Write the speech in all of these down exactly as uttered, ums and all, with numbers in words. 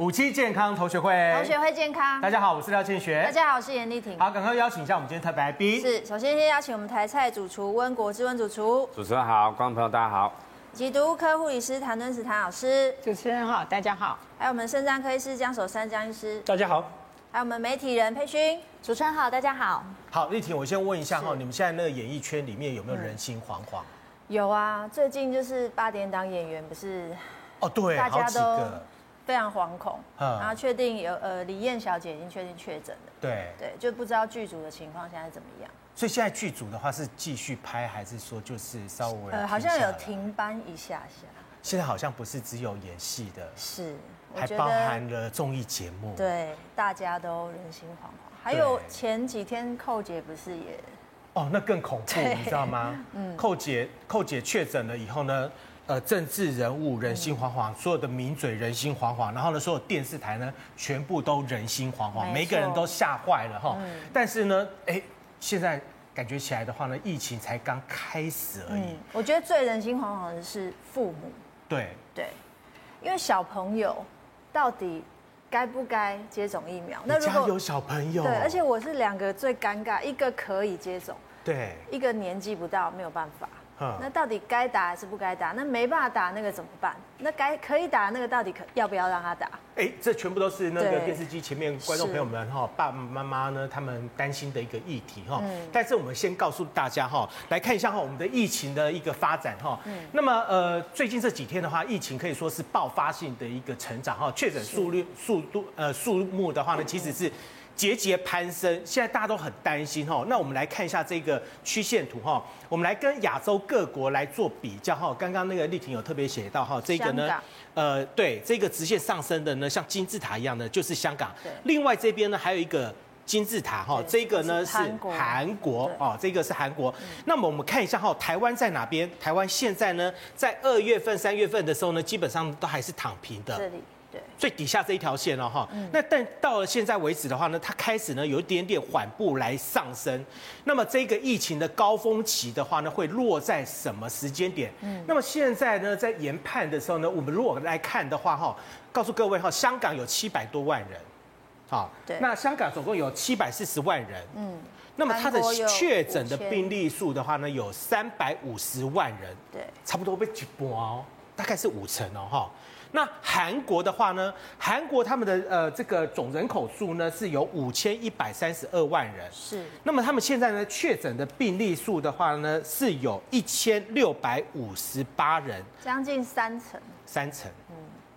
五期健康同学会， 同学会健康。 大家好，我是廖庆学。 大家好，我是严丽婷。 好，赶快邀请一下我们今天特别来宾。 是，首先先邀请我们台菜主厨温国志温主厨。 主持人好，观众朋友大家好。 以及毒物科护理师谭敦慈谭老师。 主持人好，大家好。 还有我们肾脏科医师江守山江医师。 大家好。 还有我们媒体人佩勋。 主持人好，大家好。 好，丽婷，我先问一下哈，你们现在那个演艺圈里面有没有人心惶惶？ 有啊，最近就是八点档演员不是哦，对， 大家都非常惶恐， 嗯然后确定有呃李燕小姐已经确定确诊了， 对对，就不知道剧组的情况现在怎么样。 所以现在剧组的话是继续拍，还是说就是稍微呃好像有停班一下下。 现在好像不是只有演戏的， 是， 还包含了综艺节目， 对，大家都人心惶惶。还有前几天寇姐不是也哦，那更恐怖，你知道吗？嗯，寇姐寇姐确诊了以后呢？呃，政治人物人心惶惶，所有的名嘴人心惶惶，然后呢，所有电视台呢，全部都人心惶惶，每个人都吓坏了哈。嗯、但是呢，哎，现在感觉起来的话呢，疫情才刚开始而已。嗯、 我觉得最人心惶惶的是父母。 对对，因为小朋友到底该不该接种疫苗？ 那如果有小朋友， 对，而且我是两个最尴尬，一个可以接种， 对， 一个年纪不到没有办法。那到底该打还是不该打？那没办法打那个怎么办？那该可以打那个到底可要不要让他打？ 哎，这全部都是那个电视机前面观众朋友们哈，爸爸妈妈呢他们担心的一个议题哈。嗯、但是我们先告诉大家哈，来看一下哈我们的疫情的一个发展哈。嗯、那么呃最近这几天的话，疫情可以说是爆发性的一个成长哈，确诊数率速度呃数目的话呢，其实是节节攀升，现在大家都很担心哈。那我们来看一下这个曲线图哈，我们来跟亚洲各国来做比较哈。刚刚那个丽婷有特别写到哈，这个呢，呃，对，这个直线上升的呢，像金字塔一样的就是香港。另外这边呢还有一个金字塔哈，这个呢是韩国哦，这个是韩国。那么我们看一下哈，台湾在哪边？台湾现在呢，在二月份、三月份的时候呢，基本上都还是躺平的。 这里。 最底下这一条线了哈，嗯、那但到了现在为止的话呢，它开始呢有一点点缓步来上升。那么这个疫情的高峰期的话呢，会落在什么时间点？嗯，那么现在呢，在研判的时候呢，我们如果来看的话哈，告诉各位哈，香港有七百多万人，好，对，那香港总共有七百四十万人，嗯，那么它的确诊的病例数的话呢，有三百五十万人，对，差不多被挤破哦，大概是五成哦哈。那韩国的话呢，韩国他们的呃这个总人口数呢是有五千一百三十二万人，是。那么他们现在呢确诊的病例数的话呢是有一千六百五十八人， 将近三成。 三成，嗯，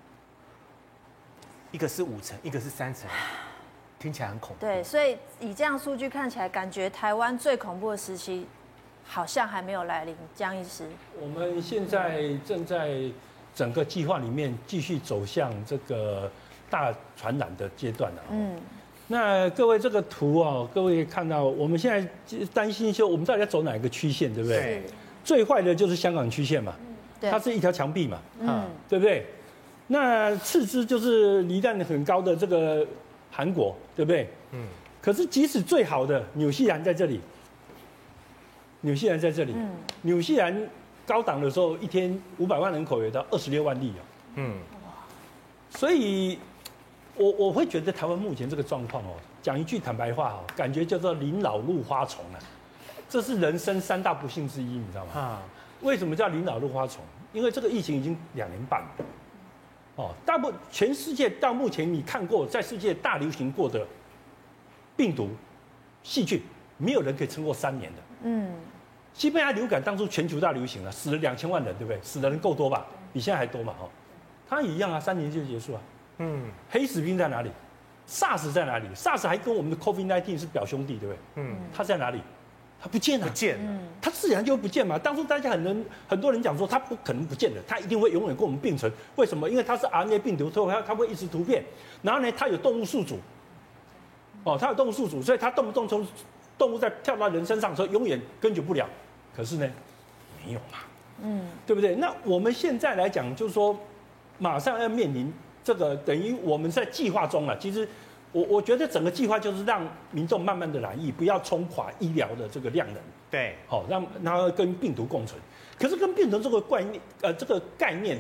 一个是五成，一个是三成，听起来很恐怖。 对，所以以这样数据看起来，感觉台湾最恐怖的时期好像还没有来临。江医师， 我们现在正在整个计划里面继续走向这个大传染的阶段了。嗯，那各位这个图哦，各位看到我们现在担心说，我们到底要走哪一个曲线，对不对？对。最坏的就是香港曲线嘛，嗯、它是一条墙壁嘛，嗯，对不对？那次之就是离岸很高的这个韩国，对不对？嗯。可是即使最好的纽西兰在这里，纽西兰在这里，嗯，纽西兰。高档的时候，一天五百万人口有到二十六万例哦。嗯，所以我我会觉得台湾目前这个状况哦，讲一句坦白话哦，感觉叫做临老入花丛啊，这是人生三大不幸之一，你知道吗？啊，为什么叫临老入花丛？因为这个疫情已经两年半了。哦，大部全世界到目前你看过在世界大流行过的病毒、细菌，没有人可以撑过三年的。嗯。西班牙流感当初全球大流行了，死了两千万人，对不对？死的人够多吧？比现在还多嘛？哦，它一样啊，三年就结束啊。嗯，黑死病在哪里 ？SARS 在哪里 ？SARS 还跟我们的 COVID 十九 是表兄弟，对不对？嗯，它在哪里？它不见了， 不见了。 它自然就不见嘛。当初大家很多很多人讲说，它不可能不见的，它一定会永远跟我们并存。为什么？因为它是 R N A 病毒，所以它它会一直突变。然后呢，它有动物宿主。哦，它有动物宿主，所以它动不动从动物在跳到人身上的时候，永远根绝不了。可是呢，没有嘛，嗯，对不对？那我们现在来讲，就是说，马上要面临这个，等于我们在计划中了。其实我我觉得整个计划就是让民众慢慢的染疫，不要冲垮医疗的这个量能。 对， 好、哦，让它跟病毒共存。可是跟病毒这个概念，呃，这个概念哦，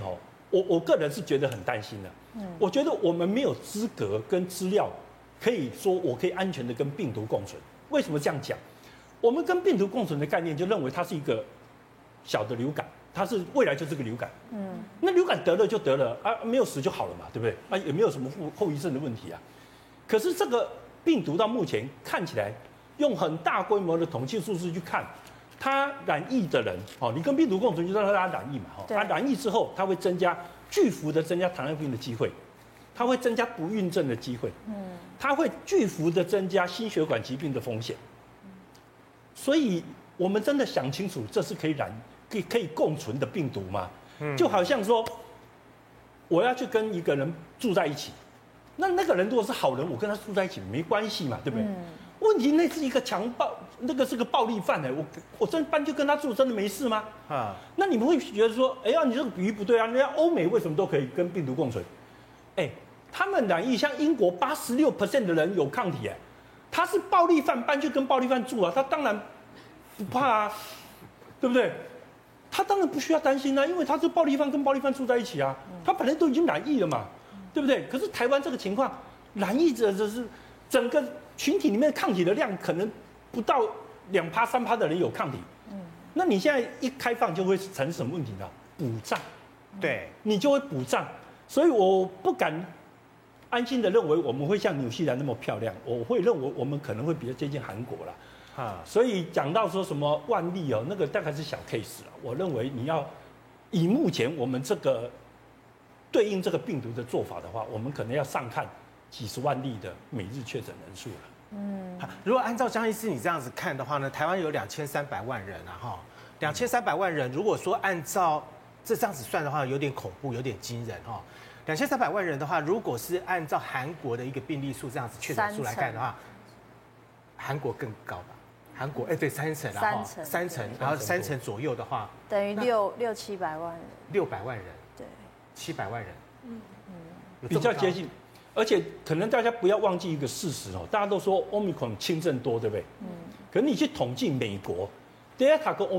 我我个人是觉得很担心的。嗯，我觉得我们没有资格跟资料可以说我可以安全的跟病毒共存。为什么这样讲？我们跟病毒共存的概念就认为它是一个小的流感，它是未来就是个流感。嗯，那流感得了就得了啊，没有死就好了嘛，对不对？啊，也没有什么后后遗症的问题啊。可是这个病毒到目前看起来，用很大规模的统计数字去看，它染疫的人，哦，你跟病毒共存就让他染疫嘛，哈，它染疫之后，它会增加巨幅的增加糖尿病的机会，它会增加不孕症的机会，嗯，它会巨幅的增加心血管疾病的风险。所以，我们真的想清楚，这是可以染、可以可以共存的病毒吗？嗯，就好像说，我要去跟一个人住在一起，那那个人如果是好人，我跟他住在一起没关系嘛，对不对？嗯、问题那是一个强暴，那个是个暴力犯哎，我我真搬就跟他住，真的没事吗？啊，那你们会觉得说，哎呀，你这个比喻不对啊，人家欧美为什么都可以跟病毒共存？哎，他们染疫，像英国八十六 percent 的人有抗体哎。他是暴力犯，搬去跟暴力犯住啊，他当然不怕啊，对不对？他当然不需要担心啊，因为他是暴力犯跟暴力犯住在一起啊，他本来都已经染疫了嘛，对不对？可是台湾这个情况，染疫者就是整个群体里面抗体的量可能不到两趴三趴的人有抗体，那你现在一开放就会产生什么问题呢？补账， 对， 你就会补账，所以我不敢安心的认为我们会像纽西兰那么漂亮，我会认为我们可能会比较接近韩国啦。啊，所以讲到说什么万例哦，那个大概是小 case 了。我认为你要以目前我们这个对应这个病毒的做法的话，我们可能要上看几十万例的每日确诊人数了。 嗯，如果按照江医师你这样子看的话呢，台湾有两千三百万人啊，哈，两千三百万人，如果说按照这这样子算的话，有点恐怖，有点惊人哈。两千三百万人的话，如果是按照韩国的一个病例数这样子确诊数来看的话，韩国更高吧？韩国哎、欸、对三成啊， 三成三成，然后三成左右的话， 等于六六七百万人， 六百万人， 对， 七百万人，嗯嗯，比较接近。而且可能大家不要忘记一个事实哦，大家都说 Omicron 轻症多，对不对？嗯。可是你去统计美国 Delta 跟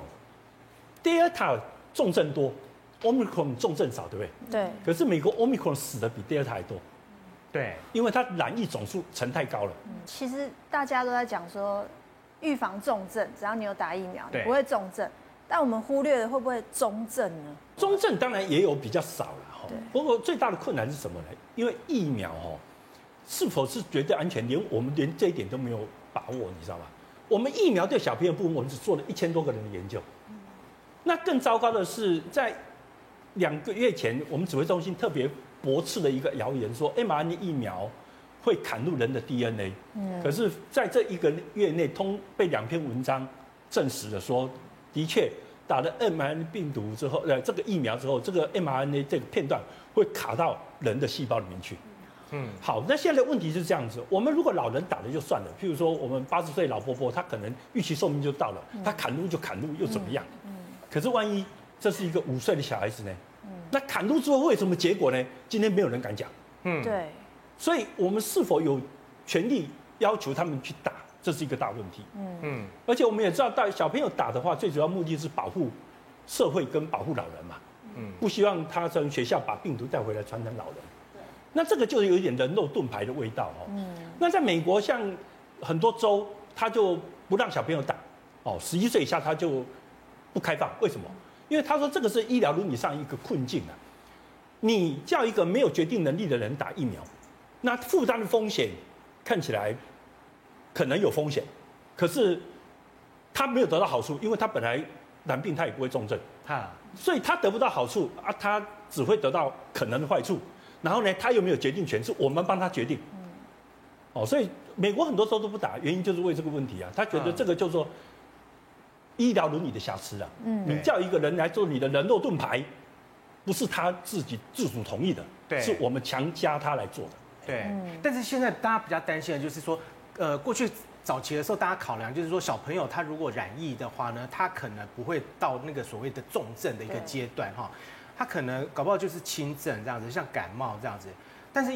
Omicron，Delta 重症多。Omicron 重症少，对不对？ 对。 可是美国 Omicron 死的比 Delta 还多， 对， 因为它染疫总数层太高了。 嗯，其实大家都在讲说，预防重症，只要你有打疫苗，你不会重症。但我们忽略了会不会中症呢？ 中症当然也有比较少了哈。不过最大的困难是什么呢？因为疫苗哦，是否是绝对安全，连我们连这一点都没有把握，你知道吗？我们疫苗对小朋友部分，我们只做了一千多个人的研究。那更糟糕的是在两个月前，我们指挥中心特别驳斥了一个谣言，说 M R N A 疫苗会砍入人的 D N A。嗯。可是，在这一个月内，通被两篇文章证实了说，的确打了 M R N A 病毒之后，呃，这个疫苗之后，这个 M R N A 这个片段会卡到人的细胞里面去。嗯。好，那现在的问题是这样子：我们如果老人打了就算了，譬如说我们八十岁老婆婆，她可能预期寿命就到了，她砍入就砍入，又怎么样？嗯。可是万一这是一个五岁的小孩子呢？那砍入之后会有什么结果呢？今天没有人敢讲。 嗯，对。 所以我们是否有权利要求他们去打，这是一个大问题。嗯嗯。而且我们也知道，带小朋友打的话，最主要目的是保护社会跟保护老人嘛。嗯。不希望他从学校把病毒带回来传染老人。对。那这个就有一点人肉盾牌的味道哦。嗯。那在美国，像很多州，他就不让小朋友打。哦，十一岁以下他就不开放。为什么？因为他说这个是医疗伦理上一个困境啊，你叫一个没有决定能力的人打疫苗，那负担的风险看起来可能有风险，可是他没有得到好处，因为他本来染病他也不会重症，哈，所以他得不到好处啊，他只会得到可能的坏处，然后呢，他又没有决定权，是我们帮他决定，哦，所以美国很多州都不打，原因就是为这个问题啊，他觉得这个叫做医疗伦理的瑕疵啊，嗯，你叫一个人来做你的人肉盾牌，不是他自己自主同意的，对，是我们强加他来做的， 对。嗯、但是现在大家比较担心的就是说，呃，过去早期的时候，大家考量就是说，小朋友他如果染疫的话呢，他可能不会到那个所谓的重症的一个阶段哈，他可能搞不好就是轻症这样子，像感冒这样子。但是因为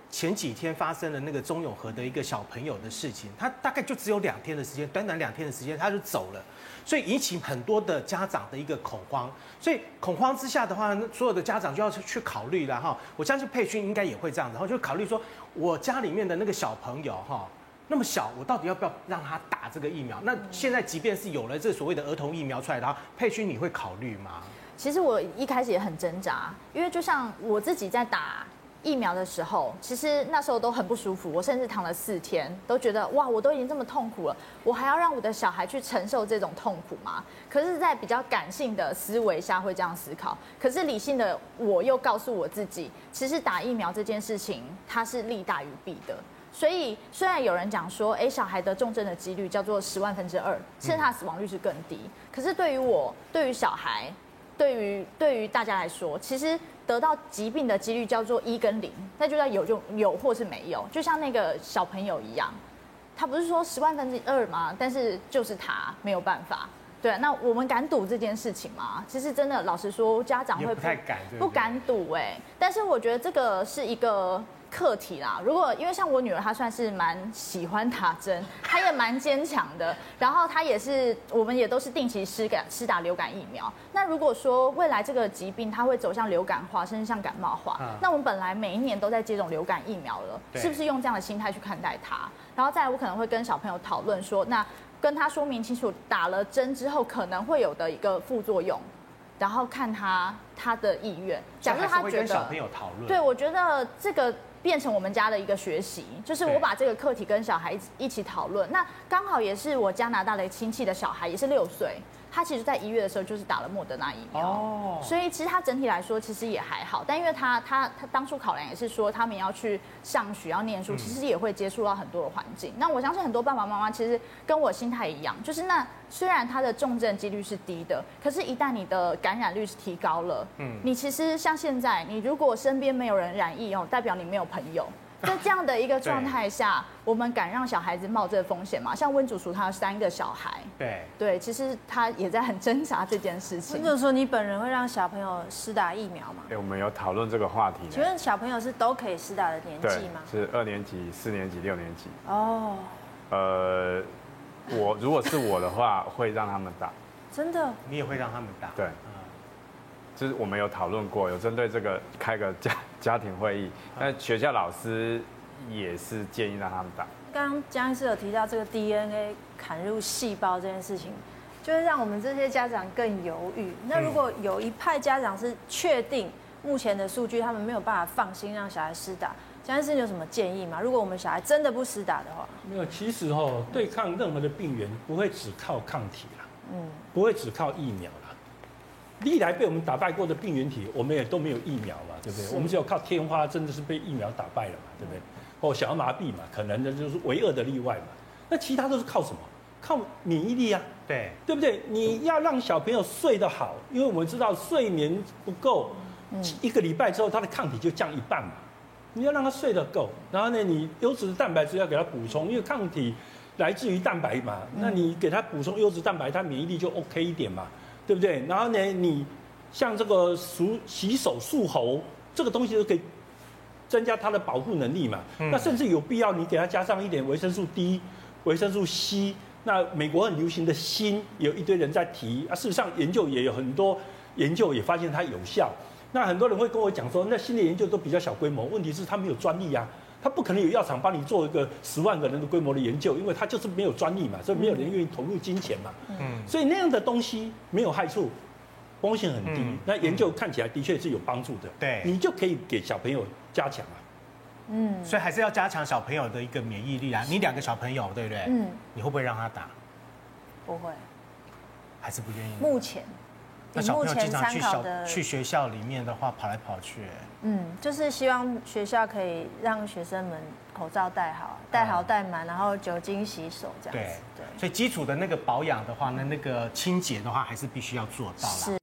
前几天发生了那个中永和的一个小朋友的事情，他大概就只有两天的时间，短短两天的时间他就走了，所以引起很多的家长的一个恐慌。所以恐慌之下的话，所有的家长就要去考虑了哈。我相信佩勋应该也会这样子，然后就考虑说，我家里面的那个小朋友哈。那么小，我到底要不要让他打这个疫苗？那现在即便是有了这所谓的儿童疫苗出来的话，佩勋你会考虑吗？ 其实我一开始也很挣扎，因为就像我自己在打疫苗的时候，其实那时候都很不舒服，我甚至躺了四天，都觉得哇，我都已经这么痛苦了，我还要让我的小孩去承受这种痛苦吗？可是，在比较感性的思维下会这样思考，可是理性的我又告诉我自己，其实打疫苗这件事情它是利大于弊的。所以，虽然有人讲说，哎，小孩得重症的几率叫做十万分之二，甚至他死亡率是更低。可是对于我，对于小孩，对于对于大家来说，其实得到疾病的几率叫做一跟零，那就叫有就有或是没有。就像那个小朋友一样，他不是说十万分之二吗？但是就是他没有办法。对，那我们敢赌这件事情吗？其实真的，老实说，家长会不, 不太敢，对对不敢赌哎、欸。但是我觉得这个是一个课题啦。如果因为像我女儿，她算是蛮喜欢打针，她也蛮坚强的。然后她也是，我们也都是定期施感施打流感疫苗。那如果说未来这个疾病它会走向流感化，甚至像感冒化，嗯、那我们本来每一年都在接种流感疫苗了，是不是用这样的心态去看待它？然后再来，我可能会跟小朋友讨论说，那跟他说明清楚打了针之后可能会有的一个副作用。然后看他他的意愿，假设他觉得跟小朋友讨论， 对，我觉得这个变成我们家的一个学习，就是我把这个课题跟小孩一起讨论。那刚好也是我加拿大的亲戚的小孩，也是六岁，他其实在一月的时候就是打了莫德纳疫苗，哦，所以其实他整体来说其实也还好，但因为他他他当初考量也是说他们要去上学要念书，嗯、其实也会接触到很多的环境。那我相信很多爸爸妈妈其实跟我心态一样，就是那。虽然它的重症几率是低的，可是，一旦你的感染率是提高了，嗯，你其实像现在，你如果身边没有人染疫哦，代表你没有朋友。在这样的一个状态下，我们敢让小孩子冒这个风险吗？像温主厨他有三个小孩， 对对，其实他也在很挣扎这件事情。 温主厨，你本人会让小朋友施打疫苗吗？ 哎，我们有讨论这个话题。 请问小朋友是都可以施打的年纪吗？ 是二年级、四年级、六年级。 哦， 呃。我如果是我的话，会让他们打。 真的？ 你也会让他们打？ 对，嗯，就是我们有讨论过，有针对这个开个家家庭会议，那学校老师也是建议让他们打。 刚刚江医师有提到这个 D N A 砍入细胞这件事情，就是让我们这些家长更犹豫。那如果有一派家长是确定目前的数据，他们没有办法放心让小孩施打。江医师，你有什么建议吗？如果我们小孩真的不施打的话， 没有，其实哦，对抗任何的病原不会只靠抗体啦，嗯，不会只靠疫苗啦。历来被我们打败过的病原体，我们也都没有疫苗嘛，对不对？我们只有靠天花，真的是被疫苗打败了嘛，对不对？或小儿麻痹嘛，可能的就是唯二的例外嘛。那其他都是靠什么？靠免疫力啊， 对， 对不对？你要让小朋友睡得好，因为我们知道睡眠不够，一个礼拜之后他的抗体就降一半嘛。你要让他睡得够，然后呢，你优质的蛋白质要给他补充，因为抗体来自于蛋白嘛，那你给他补充优质蛋白，他免疫力就 OK 一点嘛，对不对？然后呢，你像这个洗洗手漱喉这个东西都可以增加他的保护能力嘛。嗯、那甚至有必要你给他加上一点维生素 D、维生素 C。那美国很流行的锌，有一堆人在提啊，事实上研究也有很多研究也发现它有效。那很多人会跟我讲说，那新的研究都比较小规模，问题是他没有专利啊，他不可能有药厂帮你做一个十万个人的规模的研究，因为他就是没有专利嘛，所以没有人愿意投入金钱嘛。嗯，所以那样的东西没有害处，风险很低。嗯、那研究看起来的确是有帮助的， 对， 你就可以给小朋友加强啊。 嗯，所以还是要加强小朋友的一个免疫力啊。你两个小朋友对不对？嗯，你会不会让他打？ 不会， 还是不愿意？ 目前。 那小朋友经常去小去学校里面的话，跑来跑去。 嗯，就是希望学校可以让学生们口罩戴好，戴好戴满，然后酒精洗手这样子。 对对。所以基础的那个保养的话，那那个清洁的话，还是必须要做到啦。是。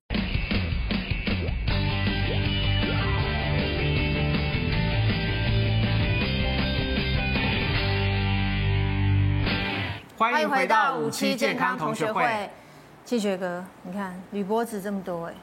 欢迎回到五期健康同学会。 庆学哥，你看铝箔纸这么多哎，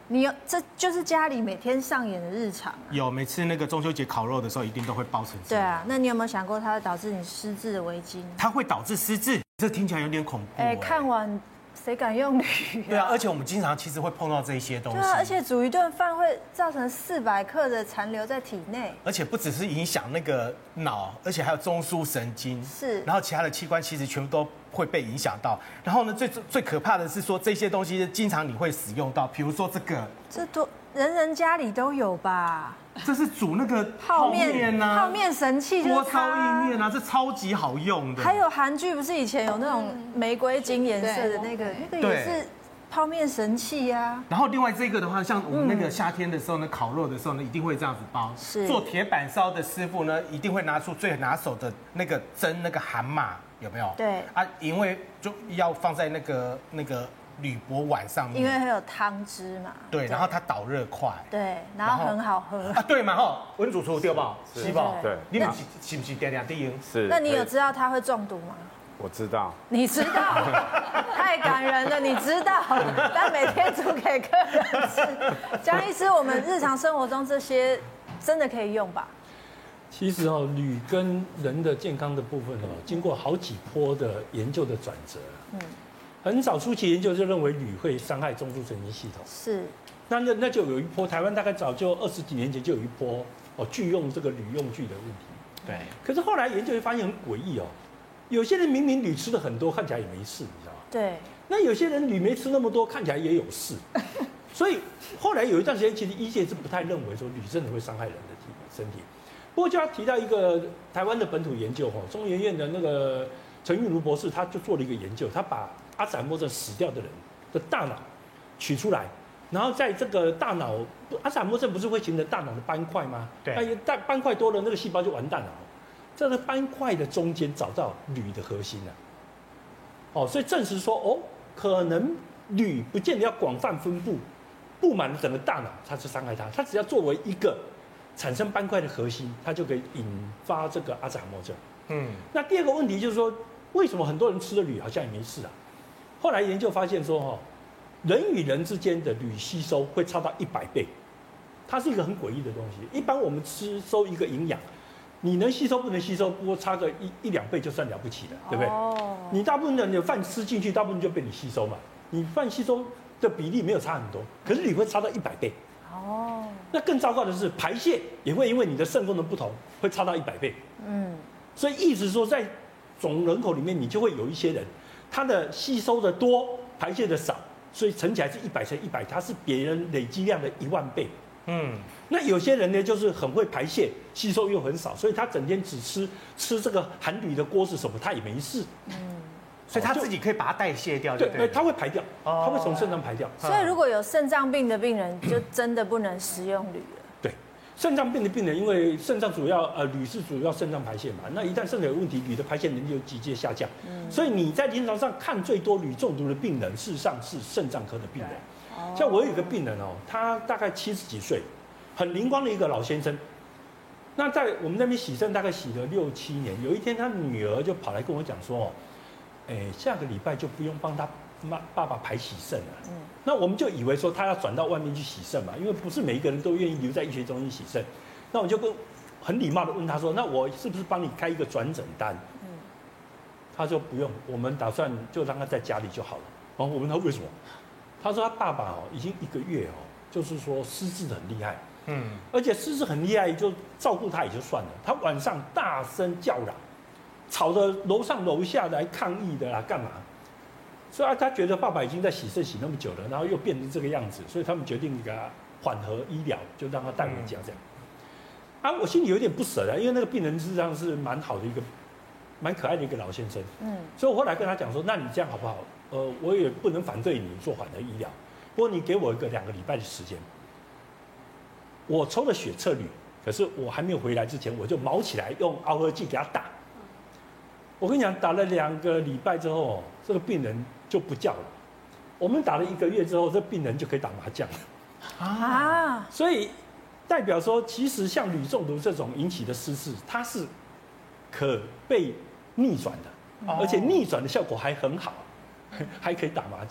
你有这就是家里每天上演的日常、啊。 有每次那个中秋节烤肉的时候，一定都会包成这样。 对啊，那你有没有想过它会导致你失智的危机？ 它会导致失智，这听起来有点恐怖。 哎、欸，看完谁敢用铝、啊？ 对啊，而且我们经常其实会碰到这些东西。 对啊，而且煮一顿饭会造成四百克的残留在体内。 而且不只是影响那个脑，而且还有中枢神经。 是。 然后其他的器官其实全部都会被影响到。然后呢，最最可怕的是说这些东西经常你会使用到，比如说这个。 这多人人家里都有吧？ 这是煮那个泡面呐、啊， 泡面神器就是锅烧意面啊，这超级好用的。 还有韩剧不是以前有那种玫瑰金颜色的那个，那个也是泡面神器啊。 然后另外这个的话，像我们那个夏天的时候呢，烤肉的时候呢，一定会这样子包。 是做铁板烧的师傅呢，一定会拿出最拿手的那个蒸那个蛤蟆，有没有？ 对啊，因为就要放在那个那个。铝箔碗上面， 因为会有汤汁嘛。 对，然后它导热快。 对，然后很好喝啊，对嘛吼，文主厨对不？ 是不？ 对， 你们是不是点点滴？ 是。 那你有知道它会中毒吗？ 我知道。 你知道？太感人了，你知道？但每天煮给客人吃。江医师，我们日常生活中这些真的可以用吧？ 其实哦，铝跟人的健康的部分哦，经过好几波的研究的转折。嗯。很少初期研究就认为铝会伤害中枢神经系统， 是， 那那那就有一波，台湾大概早就二十几年前就有一波哦拒用这个铝用具的问题。 对。可是后来研究会发现很诡异哦，有些人明明铝吃的很多，看起来也没事，你知道吗？ 对。 那有些人铝没吃那么多，看起来也有事。所以后来有一段时间，其实医界是不太认为说铝真的会伤害人的体身体。不过就要提到一个台湾的本土研究哈，中研院的那个陈玉茹博士他就做了一个研究，他把阿兹海默症死掉的人的大脑取出来，然后在这个大脑，阿兹海默症不是会形成大脑的斑块吗？ 对。 那大斑块多了，那个细胞就完蛋了。在这个斑块的中间找到铝的核心了。哦，所以证实说，哦，可能铝不见得要广泛分布，布满了整个大脑，它是伤害它。它只要作为一个产生斑块的核心，它就可以引发这个阿兹海默症。嗯。那第二个问题就是说，为什么很多人吃了铝好像也没事啊？后来研究发现说，哈，人与人之间的铝吸收会超到一百倍，它是一个很诡异的东西。一般我们吃收一个营养，你能吸收不能吸收，不过差个一一两倍就算了不起了，对不对？哦。你大部分的你的饭吃进去，大部分就被你吸收嘛，你饭吸收的比例没有差很多，可是铝会差到一百倍。哦。那更糟糕的是排泄也会因为你的肾功能不同，会差到一百倍。嗯。所以意思说，在总人口里面，你就会有一些人。它的吸收的多，排泄的少，所以乘起来是一百乘一百，它是别人累积量的一万倍。嗯，那有些人呢，就是很会排泄，吸收又很少，所以他整天只吃吃这个含铝的锅是什么，他也没事。嗯， 所以他自己可以把它代谢掉就对， 对，他会排掉，他会从肾脏排掉。 所以如果有肾脏病的病人，就真的不能食用铝了。 对。肾脏病的病人，因为肾脏主要呃铝是主要肾脏排泄嘛，那一旦肾脏有问题，铝的排泄能力就急剧下降。嗯，所以你在临床上看最多铝中毒的病人，事实上是肾脏科的病人。哦，像我有一个病人哦，他大概七十几岁，很灵光的一个老先生。那在我们那边洗肾大概洗了六七年，有一天他女儿就跑来跟我讲说，哎，下个礼拜就不用帮他妈爸爸排洗肾了。嗯。那我们就以为说他要转到外面去洗肾嘛，因为不是每一个人都愿意留在医学中心洗肾。那我就跟很礼貌的问他说：“那我是不是帮你开一个转诊单？”嗯，他说不用，我们打算就让他在家里就好了。然后我问他为什么，他说他爸爸哦已经一个月哦，就是说失智很厉害，嗯，而且失智很厉害，就照顾他也就算了，他晚上大声叫嚷，吵得楼上楼下来抗议的啦，干嘛？所以他觉得爸爸已经在洗肾洗那么久了，然后又变成这个样子，所以他们决定给他缓和医疗，就让他带回家这样。啊，我心里有点不舍的，因为那个病人事实上是蛮好的一个、蛮可爱的一个老先生。嗯，所以我后来跟他讲说，那你这样好不好？呃，我也不能反对你做缓和医疗，不过你给我一个两个礼拜的时间。我抽了血测铝，可是我还没有回来之前，我就毛起来用熬合剂给他打。我跟你讲，打了两个礼拜之后，这个病人就不叫了。我们打了一个月之后，这病人就可以打麻将了。啊，所以代表说，其实像铝中毒这种引起的失智，它是可被逆转的，而且逆转的效果还很好，还可以打麻将。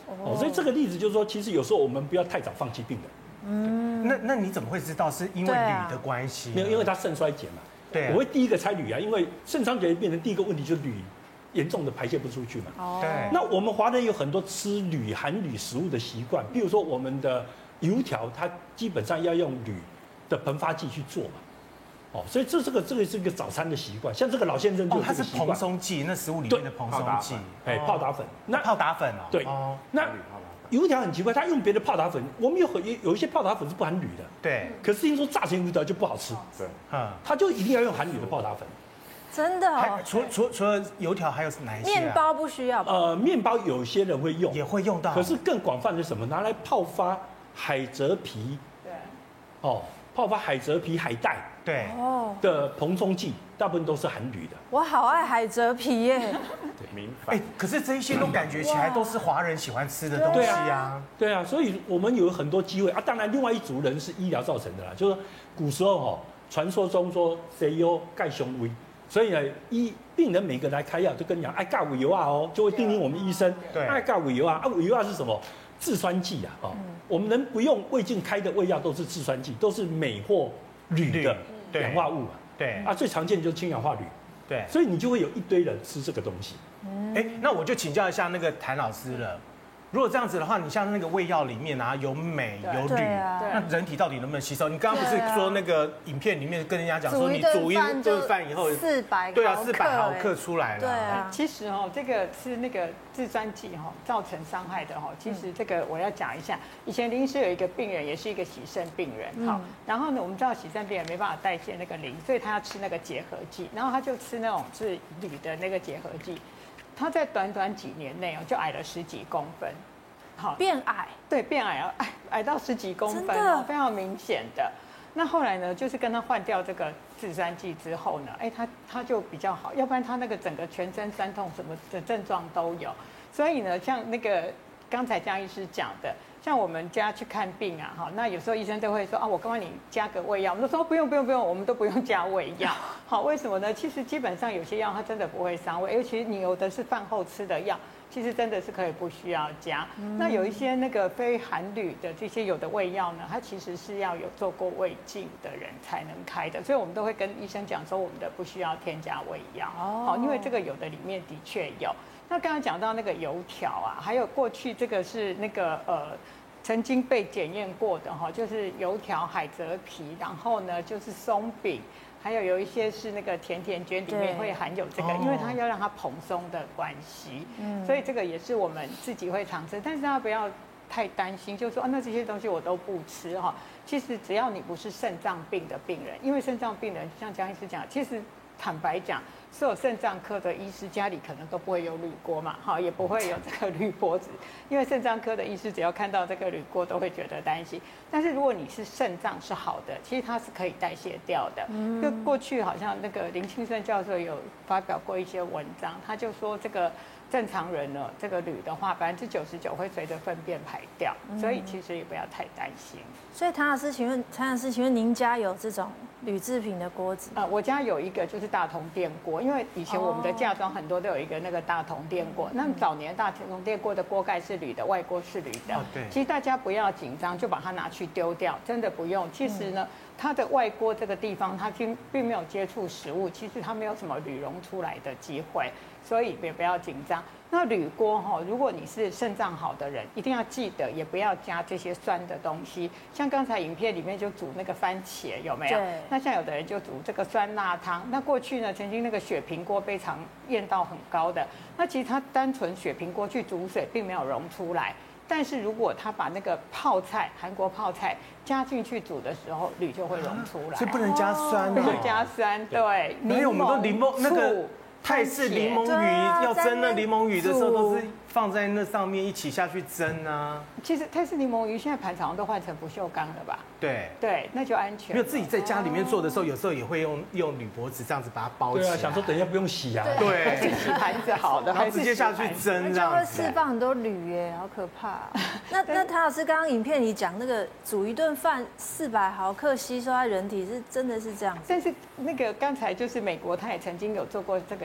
哦，所以这个例子就是说，其实有时候我们不要太早放弃病人。 嗯，那那你怎么会知道是因为铝的关系？ 没有，因为他肾衰竭嘛。 对， 我会第一个拆铝啊，因为肾衰竭病人第一个问题就是铝严重的排泄不出去嘛。 哦，对。那我们华人有很多吃铝含铝食物的习惯，比如说我们的油条，它基本上要用铝的膨发剂去做嘛。哦，所以这这个这个是一个早餐的习惯，像这个老先生就哦，它是蓬松剂，那食物里面的蓬松剂， 哎，泡打粉， 那泡打粉哦， 对，那油条很奇怪，他用别的泡打粉，我们有很有一些泡打粉是不含铝的， 对， 可是听说炸成油条就不好吃， 对， 嗯，他就一定要用含铝的泡打粉， 真的哦， 除除除了油条还有哪一些？ 面包不需要吧？ 呃，面包有些人会用， 也会用到， 可是更广泛的是什么？拿来泡发海蜇皮，对，哦，泡发海蜇皮、海带。 对哦的蓬松剂大部分都是含铝的。 我好爱海蜇皮耶。 对，明白。 哎，可是这一些都感觉起来都是华人喜欢吃的东西啊。 对啊，所以我们有很多机会啊。当然，另外一组人是医疗造成的啦，就是古时候哦，传说中说谁有钙胸微，所以呢，医病人每个来开药就跟你讲，哎，钙尾油啊哦，就会叮咛我们医生， 对， 哎，钙尾油啊，啊，尾油啊是什么？制酸剂啊，哦，我们能不用胃镜开的胃药都是制酸剂，都是镁或铝的氧化物嘛， 对啊，最常见的就是氢氧化铝， 对， 所以你就会有一堆人吃这个东西。 哎，那我就请教一下那个谭老师了。如果这样子的话，你像那个胃药里面啊，有镁有铝，那人体到底能不能吸收？你刚刚不是说那个影片里面跟人家讲说，你煮一顿饭以后， 四百对啊，四百毫克出来了。 对啊， 其实哦，这个是那个制酸剂哈造成伤害的哈。其实这个我要讲一下，以前林医师有一个病人，也是一个洗肾病人，好，然后呢，我们知道洗肾病人没办法代谢那个磷，所以他要吃那个结合剂，然后他就吃那种是铝的那个结合剂。他在短短几年内哦，就矮了十几公分， 好变矮， 对，变矮了，矮矮到十几公分哦，非常明显的。那后来呢，就是跟他换掉这个制酸剂之后呢，哎，他他就比较好，要不然他那个整个全身酸痛什么的症状都有。所以呢，像那个刚才江医师讲的，像我们家去看病啊，哈，那有时候医生都会说啊，我刚刚你加个胃药，我们都说不用不用不用，我们都不用加胃药。好，为什么呢？其实基本上有些药它真的不会伤胃，尤其你有的是饭后吃的药，其实真的是可以不需要加。嗯、那有一些那个非含铝的这些有的胃药呢，它其实是要有做过胃镜的人才能开的，所以我们都会跟医生讲说，我们的不需要添加胃药。哦，好，因为这个有的里面的确有。那刚刚讲到那个油条啊，还有过去这个是那个呃。曾经被检验过的哈，就是油条、海蜇皮，然后呢就是松饼，还有有一些是那个甜甜圈里面会含有这个，因为它要让它蓬松的关系，嗯，所以这个也是我们自己会常吃，但是大家不要太担心，就是说啊，那这些东西我都不吃哈。其实只要你不是肾脏病的病人，因为肾脏病人像江医师讲，其实坦白讲。所有肾脏科的医师家里可能都不会有铝锅嘛，哈，也不会有这个铝箔纸，因为肾脏科的医师只要看到这个铝锅都会觉得担心。但是如果你是肾脏是好的，其实它是可以代谢掉的。嗯，就过去好像那个林清盛教授有发表过一些文章，他就说这个正常人呢，这个铝的话百分之九十九会随着粪便排掉，所以其实也不要太担心。 所以谭老师，请问谭老师，请问您家有这种铝制品的锅子？ 呃，我家有一个就是大同电锅，因为以前我们的嫁妆很多都有一个那个大同电锅。那么早年大同电锅的锅盖是铝的，外锅是铝的。哦，对。其实大家不要紧张，就把它拿去丢掉，真的不用。其实呢，它的外锅这个地方，它并并没有接触食物，其实它没有什么铝溶出来的机会，所以也不要紧张。那铝锅哈，如果你是肾脏好的人，一定要记得，也不要加这些酸的东西。像刚才影片里面就煮那个番茄，有没有？对。那像有的人就煮这个酸辣汤。那过去呢，曾经那个雪平锅非常验到很高的，那其实它单纯雪平锅去煮水并没有溶出来。但是如果他把那个泡菜，韩国泡菜加进去煮的时候，铝就会溶出来。 所以不能加酸， 不能加酸，对。 因为我们都柠檬那个。泰式柠檬鱼要蒸那柠檬鱼的时候，都是放在那上面一起下去蒸啊。 其实泰式柠檬鱼现在盘常都换成不锈钢了吧？ 对对，那就安全。 没有自己在家里面做的时候，有时候也会用用铝箔纸这样子把它包起来。 对啊，想说等一下不用洗啊。 对， 洗盘子好的， 然后直接下去蒸这样子。 会释放很多铝耶，好可怕。那那谭老师刚刚影片里讲那个煮一顿饭四百毫克吸收在人体是真的是这样子？ 但是那个刚才就是美国他也曾经有做过这个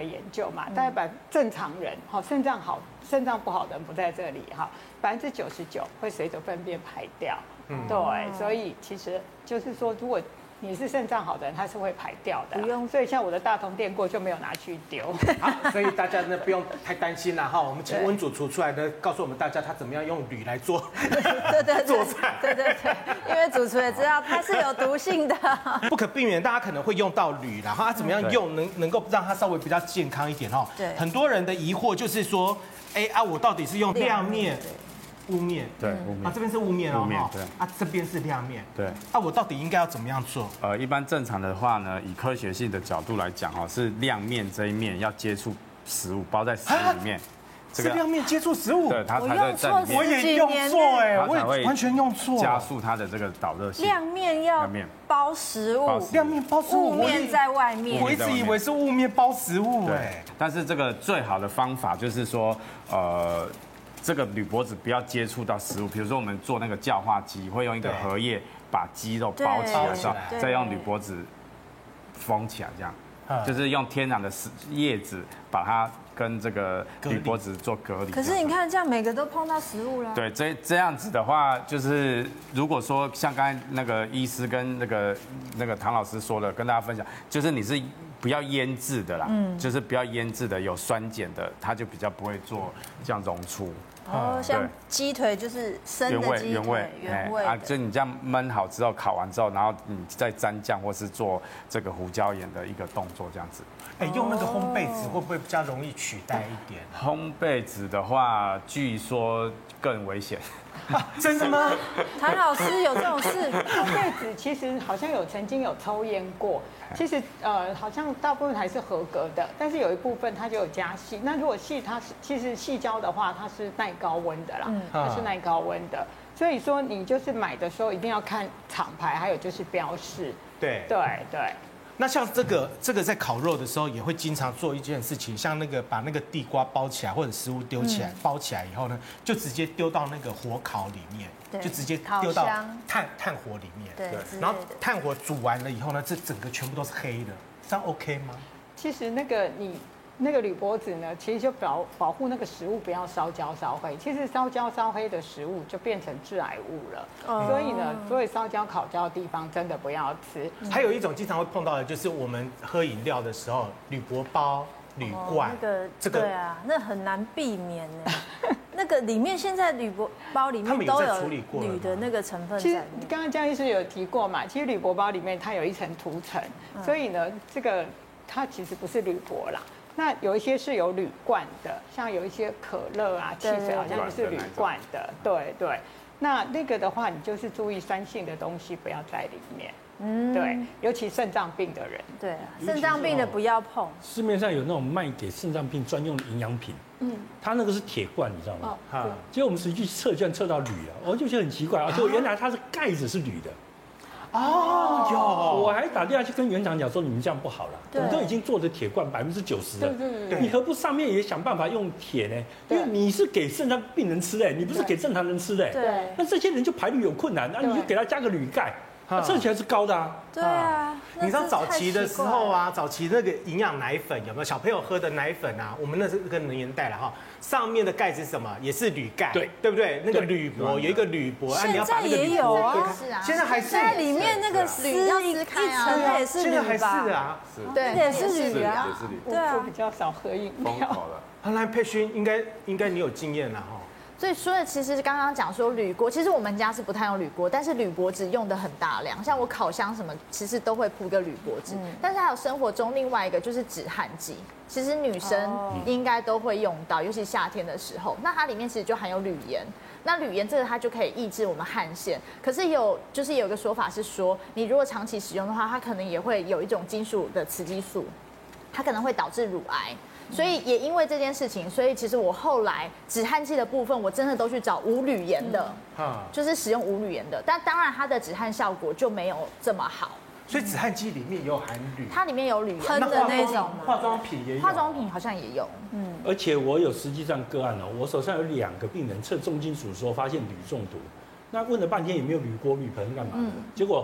研究嘛，大概百正常人哈肾脏好肾脏不好的人不在这里哈，百分之九十九会随着粪便排掉。嗯，对，所以其实就是说，如果你是肾脏好的人，它是会排掉的，不用。所以像我的大同电锅就没有拿去丢。 好，所以大家呢不用太担心了哈。我们请温主厨出来呢，告诉我们大家他怎么样用铝来做对对做菜。对对对，因为主厨也知道它是有毒性的， 不可避免大家可能会用到铝，然后它怎么样用能能够让它稍微比较健康一点哈。对。很多人的疑惑就是说，哎啊，我到底是用亮面？雾面， 对，雾面啊，这边是雾面哦， 雾面对， 啊，这边是亮面， 对， 啊，我到底应该要怎么样做？ 呃，一般正常的话呢，以科学性的角度来讲哦，是亮面这一面要接触食物，包在食物里面， 这个亮面接触食物， 对，它才会在里面。 我也用错哎，我也完全用错， 加速它的这个导热性。 亮面要包食物， 亮面包食物， 雾面在外面。 我一直以为是雾面包食物哎， 但是这个最好的方法就是说，呃。这个铝箔纸不要接触到食物，比如说我们做那个酵化鸡，会用一个荷叶把鸡肉包起来，之后再用铝箔纸封起来，这样，就是用天然的叶子把它跟这个铝箔纸做隔离。 可是你看，这样每个都碰到食物了。 对，这这样子的话，就是如果说像刚才那个医师跟那个那个唐老师说的，跟大家分享，就是你是。不要腌制的啦，嗯，就是不要腌制的，有酸碱的，它就比较不会做这样溶出。 哦，像鸡腿就是生的鸡腿，原味啊， 就你这样焖好之后，烤完之后，然后你再沾酱或是做这个胡椒盐的一个动作，这样子。 哎，用那个烘焙纸会不会比较容易取代一点？ 烘焙纸的话，据说更危险。 真的吗？ 谭老师有这种事？ 烘焙纸其实好像有曾经有抽烟过，其实呃好像大部分还是合格的，但是有一部分它就有加细。那如果细它是其实细胶的话，它是耐高温的啦，它是耐高温的。所以说你就是买的时候一定要看厂牌，还有就是标示。 对对对。 那像这个这个在烤肉的时候也会经常做一件事情，像那个把那个地瓜包起来或者食物丢起来，包起来以后呢，就直接丢到那个火烤里面，就直接丢到炭炭火里面， 对， 然后炭火煮完了以后呢，这整个全部都是黑的，这样 OK 吗？ 其实那个你。那个铝箔纸呢，其实就保保护那个食物不要烧焦烧黑。其实烧焦烧黑的食物就变成致癌物了，哦、所以呢，所以烧焦烤焦的地方真的不要吃。 还有一种经常会碰到的，就是我们喝饮料的时候，铝箔包、铝罐， 哦、那个这个对啊，那很难避免呢。那个里面现在铝箔包里面都有铝的那个成分在里面。 其实刚刚江医师有提过嘛，其实铝箔包里面它有一层涂层，嗯、所以呢，这个它其实不是铝箔啦。那有一些是有铝罐的，像有一些可乐啊、汽水好像就是铝罐的，对对。那那个的话，你就是注意酸性的东西不要在里面，嗯，对，尤其肾脏病的人， 对，肾脏病的不要碰。 市面上有那种卖给肾脏病专用的营养品，嗯，它那个是铁罐，你知道吗？哦，结果我们实际测卷测到铝啊，我就觉得很奇怪啊，就原来它是盖子是铝的。哦，有，我还打电话去跟园长讲说，你们这样不好了，我们都已经做的铁罐百分之九十了，你何不上面也想办法用铁呢？因为你是给肾脏病人吃的，你不是给正常人吃的，对，那这些人就排铝有困难，那你就给他加个铝盖。测起来是高的啊！ 对啊， 你知道早期的时候啊，早期那个营养奶粉有没有小朋友喝的奶粉啊？我们那是个年代了哈，上面的盖子是什么？也是铝盖，对对不对？那个铝箔有一个铝箔， 啊，你要把那个铝箔， 现在还是在里面那个丝要撕开啊，那也是铝吧？ 现在还是啊， 对，也是铝啊， 对啊，我比较少喝饮料。 好来佩勋，应该应该你有经验了哈。 所以说的其实刚刚讲说铝锅，其实我们家是不太用铝锅，但是铝箔纸用的很大量，像我烤箱什么，其实都会铺个铝箔纸。嗯、但是还有生活中另外一个就是止汗剂，其实女生应该都会用到，尤其夏天的时候，那它里面其实就含有铝盐。那铝盐这个它就可以抑制我们汗腺，可是有就是有一个说法是说，你如果长期使用的话，它可能也会有一种金属的雌激素，它可能会导致乳癌。所以也因为这件事情，所以其实我后来止汗剂的部分，我真的都去找无铝盐的，嗯、就是使用无铝盐的。但当然它的止汗效果就没有这么好。 所以止汗剂里面也有含铝， 它里面有铝盐喷的那种， 化妆品也有， 化妆品好像也有。 嗯，而且我有实际上个案哦，我手上有两个病人测重金属的时候发现铝中毒，那问了半天也没有铝锅、铝盆干嘛的，嗯、结果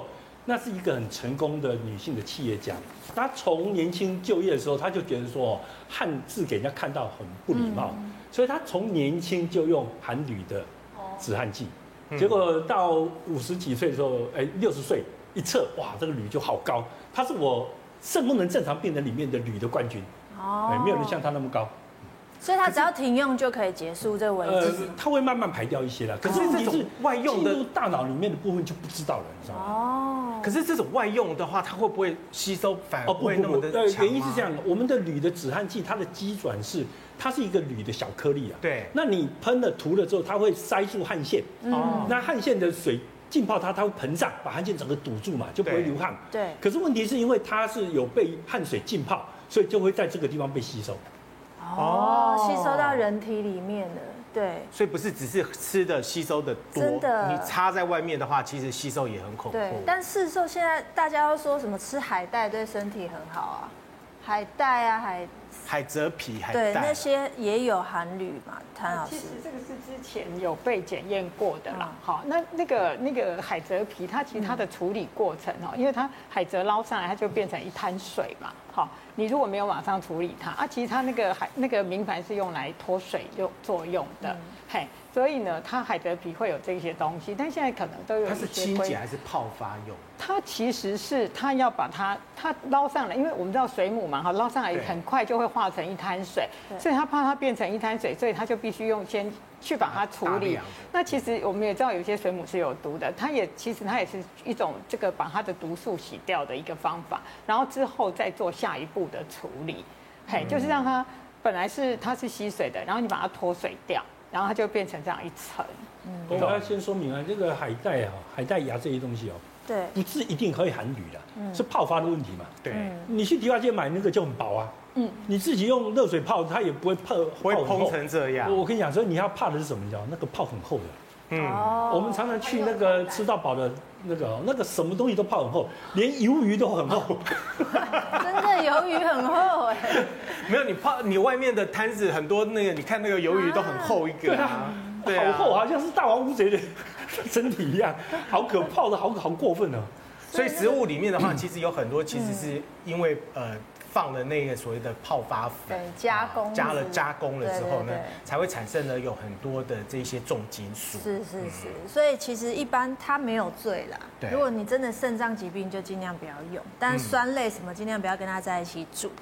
那是一个很成功的女性的企业家。她从年轻就业的时候，她就觉得说汉字给人家看到很不礼貌，嗯、所以她从年轻就用含铝的止汗剂。哦、结果到五十几岁的时候，哎，六十岁一测，哇，这个铝就好高。她是我肾功能正常病人里面的铝的冠军。哦，哎，没有人像她那么高。 所以它只要停用就可以结束这个危机。 呃，它会慢慢排掉一些啦。可是问题是外用的进入大脑里面的部分就不知道了，你知道吗？ 哦。可是这种外用的话，它会不会吸收反而不会那么的强吗？ 呃，原因是这样的，我们的铝的止汗剂，它的机转是它是一个铝的小颗粒啊。 对。 那你喷了涂了之后，它会塞住汗腺。哦。那汗腺的水浸泡它，它会膨胀，把汗腺整个堵住嘛，就不会流汗。 对。 可是问题是因为它是有被汗水浸泡，所以就会在这个地方被吸收。 哦，吸收到人体里面的，对， 所以不是只是吃的吸收的多， 真的， 你插在外面的话，其实吸收也很恐怖。 对，但市售现在大家都说什么吃海带对身体很好啊，海带啊，海海蜇皮、海带， 对，那些也有含铝嘛，谭老师。 其实这个是之前有被检验过的啦。好，那那个那个海蜇皮，它其实它的处理过程哦，因为它海蜇捞上来，它就变成一滩水嘛，好。你如果没有马上处理它啊，其实它那个海那个明矾是用来脱水用作用的，嗯、嘿，所以呢，它海蜇皮会有这些东西，但现在可能都有一些。 它是清洁还是泡发用？ 它其实是它要把它它捞上来，因为我们知道水母嘛，哈，捞上来很快就会化成一滩水，所以它怕它变成一滩水，所以它就必须用先去把它处理。那其实我们也知道有些水母是有毒的，它也其实它也是一种这个把它的毒素洗掉的一个方法，然后之后再做下一步的处理，嘿，就是让它本来是它是吸水的，然后你把它脱水掉，然后它就变成这样一层。 嗯，我要先说明啊，这个海带啊，海带芽这些东西哦， 对， 不是一定可以含铝的，嗯、是泡发的问题嘛。 对， 你去迪化街买那个就很薄啊。嗯，你自己用热水泡，它也不会泡， 不会蓬成这样。 我跟你讲，所以你要怕的是什么？你知道，那个泡很厚的。嗯，我们常常去那个吃到饱的那个，那个什么东西都泡很厚，连鱿鱼都很厚。 真的鱿鱼很厚哎。 没有，你泡你外面的摊子很多那个，你看那个鱿鱼都很厚一个啊， 对啊，好厚，好像是大王乌贼的身体一样，好可泡的好好过分哦。 所以食物里面的话，其实有很多其实是因为呃。放了那个所谓的泡发粉， 加工加了加工了之后呢，才会产生了有很多的这些重金属。 是是是，所以其实一般它没有罪啦。如果你真的肾脏疾病，就尽量不要用，但酸类什么尽量不要跟它在一起煮。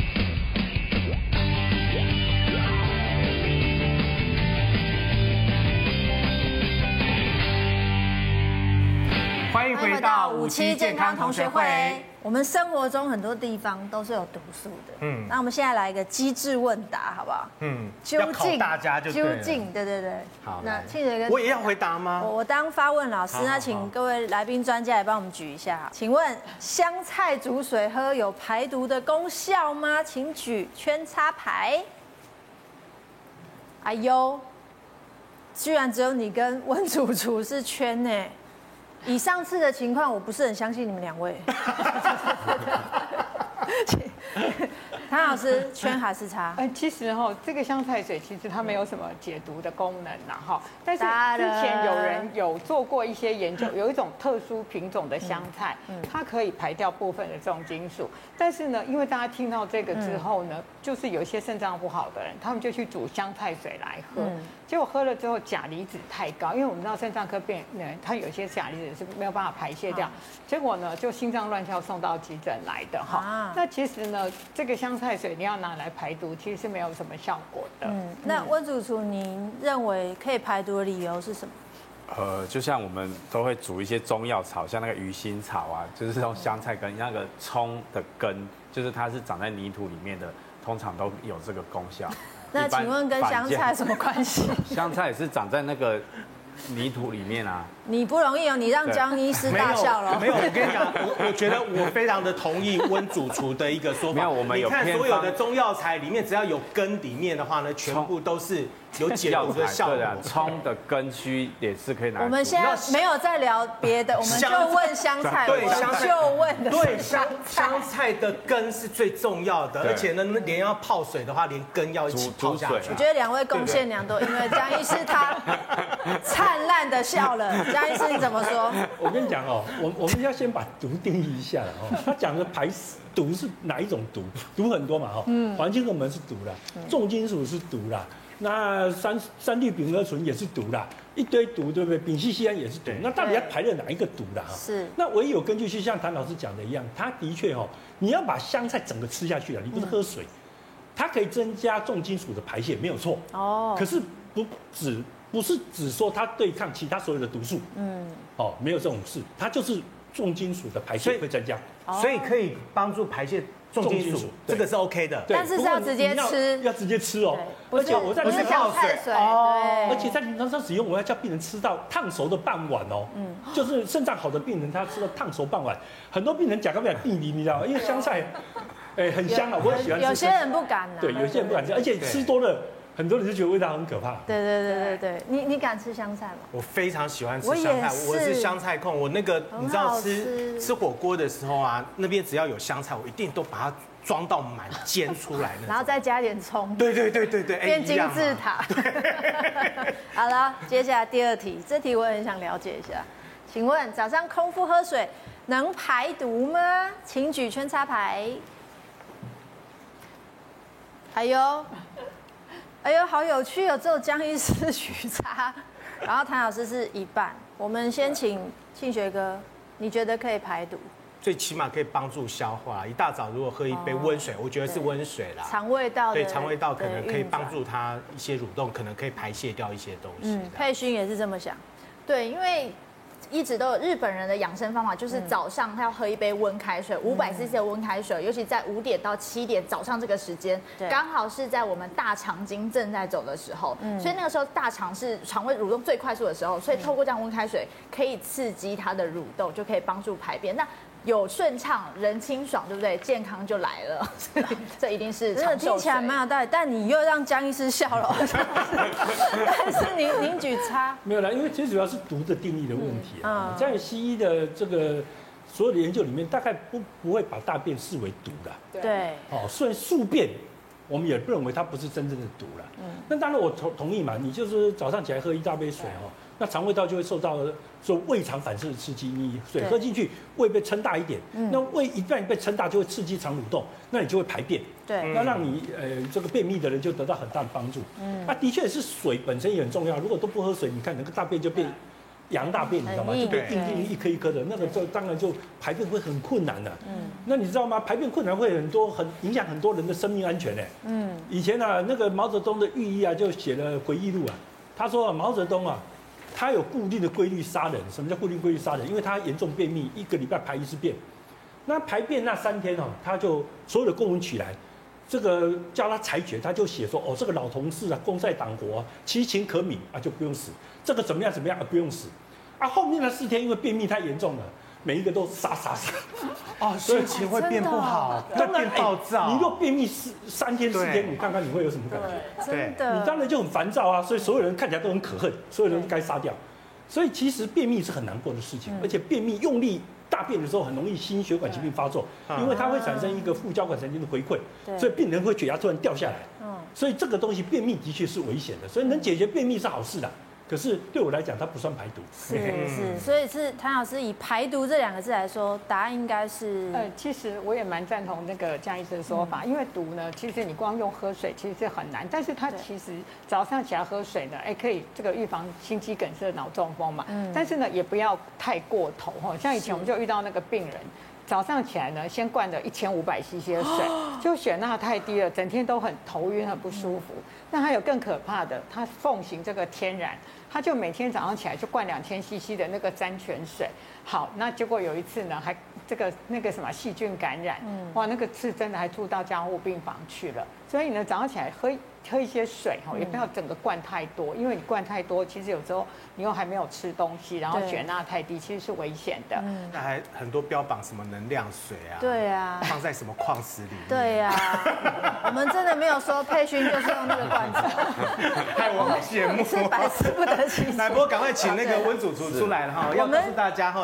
欢迎回到五期健康同学会。 我们生活中很多地方都是有毒素的，嗯，那我们现在来一个机智问答，好不好？ 嗯，究竟大家就究竟，对对对。 好， 那庆姐跟我也要回答吗？ 我我当发问老师，那请各位来宾专家来帮我们举一下。请问香菜煮水喝有排毒的功效吗？请举圈插牌。哎呦，居然只有你跟温主厨是圈呢。以上次的情况，我不是很相信你们两位。谭老师，圈还是叉？ 呃，其实哈，这个香菜水其实它没有什么解毒的功能呐，哈。但是之前有人有做过一些研究，有一种特殊品种的香菜，它可以排掉部分的重金属。但是呢，因为大家听到这个之后呢，就是有一些肾脏不好的人，他们就去煮香菜水来喝，结果喝了之后钾离子太高，因为我们知道肾脏科病人他有一些钾离子是没有办法排泄掉，结果呢就心脏乱跳送到急诊来的哈。那其实呢，这个香菜水你要拿来排毒，其实是没有什么效果的。嗯， 那温主厨，您认为可以排毒的理由是什么？ 呃，就像我们都会煮一些中药草，像那个鱼腥草啊，就是用香菜根，那个葱的根，就是它是长在泥土里面的，通常都有这个功效。 那请问跟香菜什么关系？ 香菜也是长在那个泥土里面啊。 你不容易哦，你让江医师大笑了。 没有，我跟你讲，我我觉得我非常的同意温主厨的一个说法。 没有，我们有偏方。你看所有的中药材里面，只要有根里面的话呢，全部都是有解毒的效果。 对啊，葱的根须也是可以拿来。 我们现在没有在聊别的，我们就问香菜。 对，香菜就问的对香香菜的根是最重要的，而且呢，连要泡水的话，连根要一起泡下去。 我觉得两位贡献良多，因为江医师他灿烂的笑了。 江医师你怎么说？ 我跟你讲哦，我我们要先把毒定义一下了哦。他讲的排毒是哪一种毒？毒很多嘛哈，嗯，环境荷尔蒙是毒啦，重金属是毒啦，那三三氯丙二醇也是毒啦，一堆毒对不对？丙烯酰胺也是毒，那到底要排了哪一个毒啦？哈， 是。 那唯一有根据，就像谭老师讲的一样，他的确哦，你要把香菜整个吃下去了，你不是喝水，它可以增加重金属的排泄，没有错哦。可是不只不是只说它对抗其他所有的毒素，嗯，哦，没有这种事，它就是重金属的排泄会增加， 所以可以帮助排泄重金属，这个是 OK 的。 但是是要直接吃， 要直接吃哦。 而且我在不是泡水哦， 而且在临床上使用，我要叫病人吃到烫熟的半碗哦。嗯，就是肾脏好的病人，他吃到烫熟半碗。很多病人甲肝病病理，你知道吗？因为香菜，哎，很香啊，我也喜欢吃。 有些人不敢啊。 对，有些人不敢吃，而且吃多了。很多人就觉得味道很可怕。 对对对对对，你你敢吃香菜吗？ 我非常喜欢吃香菜，我是香菜控。我那个你知道吃吃火锅的时候啊，那边只要有香菜，我一定都把它装到满煎出来的， 然后再加点葱。 对对对对对， 变金字塔。好了，接下来第二题，这题我也很想了解一下。请问早上空腹喝水能排毒吗？请举圈插牌。哎呦。哎呦，好有趣哦！只有江医师举叉，然后谭老师是一半。我们先请庆学哥，你觉得可以排毒？ 最起码可以帮助消化。一大早如果喝一杯温水，我觉得是温水啦。 肠胃道对肠胃道可能可以帮助它一些蠕动，可能可以排泄掉一些东西。嗯， 佩勋也是这么想。 对，因为一直都有日本人的养生方法，就是早上他要喝一杯温开水，五百 C C 的温开水，尤其在五点到七点早上这个时间，刚好是在我们大肠经正在走的时候，所以那个时候大肠是肠胃蠕动最快速的时候，所以透过这样温开水可以刺激它的蠕动，就可以帮助排便。那有顺畅，人清爽，对不对？健康就来了，这一定是长寿水。 听起来蛮有道理，但你又让江医师笑了。但是您您举叉没有啦，因为最主要是毒的定义的问题啊。在西医的这个所有的研究里面，大概不不会把大便视为毒的。 对。 哦，虽然宿便，我们也认为它不是真正的毒了。嗯。那当然我同同意嘛，你就是早上起来喝一大杯水哦。那肠胃道就会受到说胃肠反射的刺激，你水喝进去，胃被撑大一点，那胃一旦被撑大，就会刺激肠蠕动，那你就会排便， 对， 那让你呃这个便秘的人就得到很大的帮助。嗯，那的确是水本身也很重要，如果都不喝水，你看那个大便就变羊大便，你知道吗？就变硬硬一颗一颗的，那个就当然就排便会很困难的。嗯，那你知道吗？排便困难会很多，很影响很多人的生命安全呢。嗯，以前啊，那个毛泽东的御医啊，就写了回忆录啊，他说啊，毛泽东啊。他有固定的规律杀人，什么叫固定规律杀人？因为他严重便秘，一个礼拜排一次便。那排便那三天哦，他就所有的公文取来，这个叫他裁决，他就写说哦，这个老同事啊，共在党国，其情可悯啊，就不用死。这个怎么样怎么样啊，不用死。啊，后面的四天因为便秘太严重了，每一个都杀杀杀。 哦，心情会变不好，会变暴躁。 你若便秘四三天四天，你看看你会有什么感觉？ 真的， 你当然就很烦躁啊。所以所有人看起来都很可恨，所有人都该杀掉。所以其实便秘是很难过的事情，而且便秘用力大便的时候很容易心血管疾病发作，因为它会产生一个副交感神经的回馈，所以病人会血压突然掉下来。所以这个东西便秘的确是危险的，所以能解决便秘是好事的。可是对我来讲，它不算排毒。 是是，所以是谭老师以排毒这两个字来说，答案应该是。 呃，其实我也蛮赞同那个江医师的说法，因为毒呢，其实你光用喝水其实是很难，但是它其实早上起来喝水呢，哎，可以这个预防心肌梗塞、脑中风嘛。嗯。但是呢，也不要太过头哈。像以前我们就遇到那个病人。早上起来呢，先灌了一千五百 C C 的水，就血钠太低了，整天都很头晕、很不舒服。那还有更可怕的，他奉行这个天然，他就每天早上起来就灌两千 C C 的那个山泉水。好，那结果有一次呢，还这个那个什么细菌感染，哇，那个是真的还住到加护病房去了。所以呢，早上起来喝喝一些水哈，也不要整个灌太多，因为你灌太多，其实有时候你又还没有吃东西，然后血钠太低，其实是危险的。 那还很多标榜什么能量水啊， 对啊， 放在什么矿石里面， 对啊，我们真的没有说佩勋就是用那个罐子， 害我好羡慕， 是百思不得其解。 来，不过赶快请那个温主厨出来了哈，要告诉大家哈，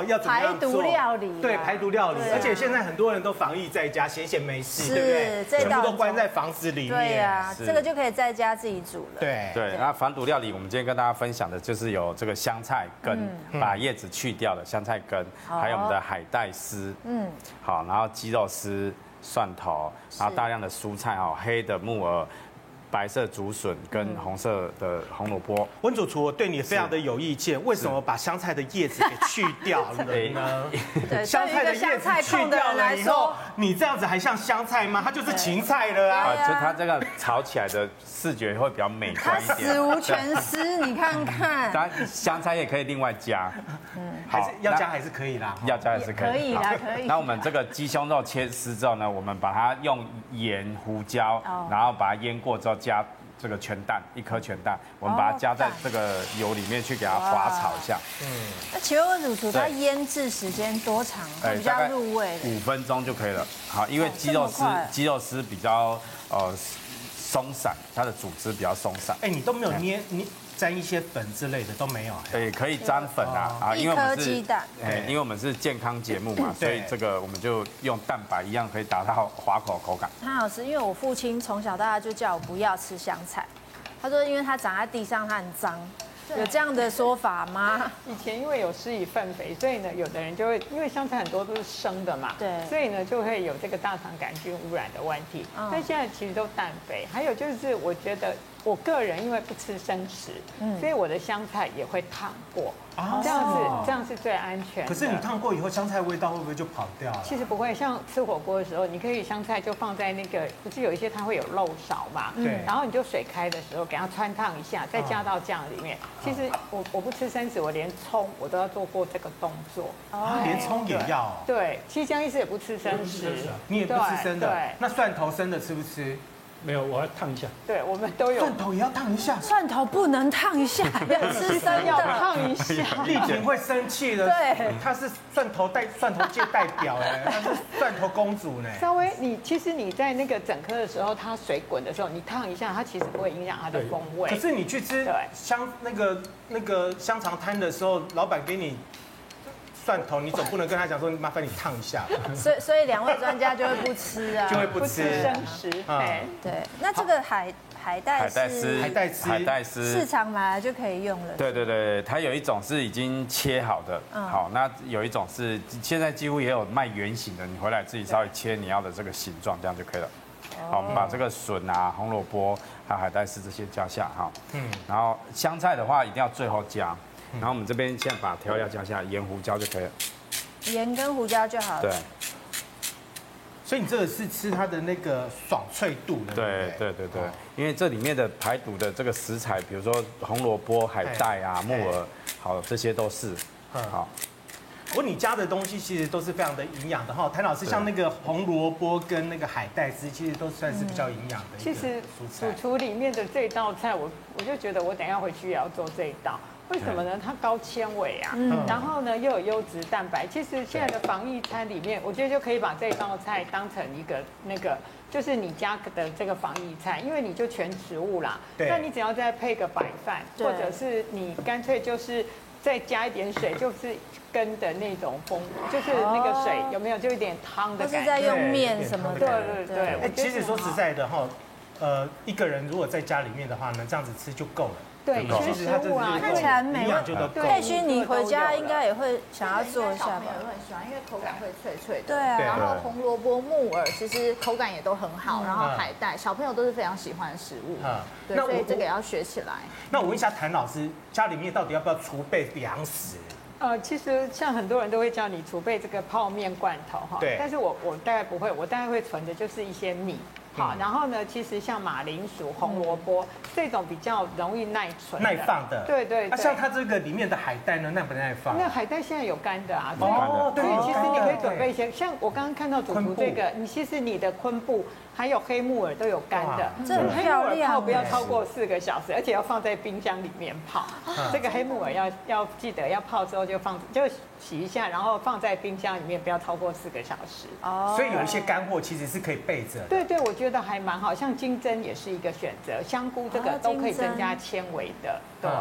要怎么样做排毒料理啊， 对，排毒料理。 对啊而且现在很多人都防疫在家，闲闲没事，对不对？ 这全部都倒关在房子里面。 对呀， 是这个就可以在家自己煮了。 对对，那防毒料理，我们今天跟大家分享的就是有这个香菜根，把叶子去掉的香菜根，还有我们的海带丝，嗯，好，然后鸡肉丝、蒜头，然后大量的蔬菜哦，黑的木耳。白色竹笋跟红色的红萝卜。 温主厨，我对你非常的有意见，为什么把香菜的叶子给去掉了呢？ 对， 香菜的叶子去掉了以后，你这样子还像香菜吗？它就是芹菜了啊！ 就它这个炒起来的视觉会比较美观一点。 它死无全尸，你看看。 当然香菜也可以另外加， 嗯，还是要加还是可以啦， 要加还是可以。 可以啦，可以。 那我们这个鸡胸肉切丝之后呢，我们把它用盐、胡椒，然后把它腌过之后。加这个全蛋，一颗全蛋，我们把它加在这个油里面去给它滑炒一下。 嗯，那请问温主厨，它腌制时间多长比较入味？ 五分钟就可以了。好，因为鸡肉丝鸡肉丝比较呃松散，它的组织比较松散。 哎，你都没有捏捏。沾一些粉之类的都没有， 对，可以沾粉啊啊， 因为我们是哎，因为我们是健康节目嘛，所以这个我们就用蛋白一样可以达到滑口口感。 很好吃，因为我父亲从小到大就叫我不要吃香菜，他说因为它长在地上它很脏。有这样的说法吗？ 以前因为有施以粪肥，所以呢，有的人就会因为香菜很多都是生的嘛， 对， 所以呢就会有这个大肠杆菌污染的问题。但现在其实都氮肥，还有就是我觉得我个人因为不吃生食，所以我的香菜也会烫过。这样子，这样是最安全的。 可是你烫过以后，香菜味道会不会就跑掉了？ 其实不会，像吃火锅的时候，你可以香菜就放在那个，不是有一些它会有漏勺嘛？ 对。 然后你就水开的时候给它穿烫一下，再加到酱里面。其实我我不吃生食，我连葱我都要做过这个动作。 哦，连葱也要。 对，其实江医师也不吃生食， 你也不吃生的。对。那蒜头生的吃不吃？ 没有，我要烫一下。 对，我们都有。 蒜头也要烫一下。 蒜头不能烫一下，要吃生要烫一下。 丽婷会生气的。 对， 她是蒜头代蒜头界代表哎，她是蒜头公主呢。 稍微你其实你在那个整颗的时候，它水滚的时候，你烫一下，它其实不会影响它的风味。 可是你去吃香那个那个香肠摊的时候，老板给你。蒜头，你总不能跟他讲说，麻烦你烫一下。 所以，所以两位专家就会不吃啊， 就会不吃生食。对对，那这个海海带海带丝， 海带丝， 海带丝， 市场买来就可以用了。 对对对，它有一种是已经切好的，好，那有一种是现在几乎也有卖圆形的，你回来自己稍微切你要的这个形状，这样就可以了。好，我们把这个笋啊、红萝卜还有海带丝这些加下哈，嗯，然后香菜的话一定要最后加。然后我们这边现在把调料加下，盐、胡椒就可以了。 盐跟胡椒就好了。 对。 所以你这个是吃它的那个爽脆度的。 对对对对，因为这里面的排毒的这个食材，比如说红萝卜、海带啊、木耳，好，这些都是好。 不过你加的东西其实都是非常的营养的哈，谭老师像那个红萝卜跟那个海带丝，其实都算是比较营养的。 其实主厨里面的这道菜，我我就觉得我等一下回去也要做这一道。为什么呢？它高纤维啊，然后呢又有优质蛋白。其实现在的防疫餐里面，我觉得就可以把这道菜当成一个那个，就是你家的这个防疫菜，因为你就全食物啦。那你只要再配个白饭，或者是你干脆就是再加一点水，就是羹的那种风，就是那个水有没有就一点汤的感觉？ 是在用面什么的。 对对对。 哎，其实说实在的哈，呃，一个人如果在家里面的话呢，这样子吃就够了。 对，其实它啊，看起来美味。佩勋，你回家应该也会想要做一下吧？ 小朋友会很喜欢，因为口感会脆脆的。 对啊。 然后红萝卜、木耳其实口感也都很好，然后海带，小朋友都是非常喜欢的食物。嗯。对，所以这个也要学起来。 那我问一下谭老师，家里面到底要不要储备粮食？ 呃，其实像很多人都会叫你储备这个泡面罐头哈， 对。 但是我我大概不会，我大概会存的就是一些米。好，然后呢，其实像马铃薯、红萝卜这种比较容易耐存、 耐放的， 对对。 那像它这个里面的海带呢，耐不耐放？ 那海带现在有干的啊， 哦， 对，其实你可以准备一些，像我刚刚看到主厨这个，你其实你的昆布还有黑木耳都有干的， 这很漂亮。 泡不要超过四个小时，而且要放在冰箱里面泡。这个黑木耳要要记得要泡之后就放就洗一下，然后放在冰箱里面不要超过四个小时。 哦，所以有一些干货其实是可以备着。 对对，我觉得还蛮好，像金针也是一个选择，香菇这个都可以增加纤维的。对，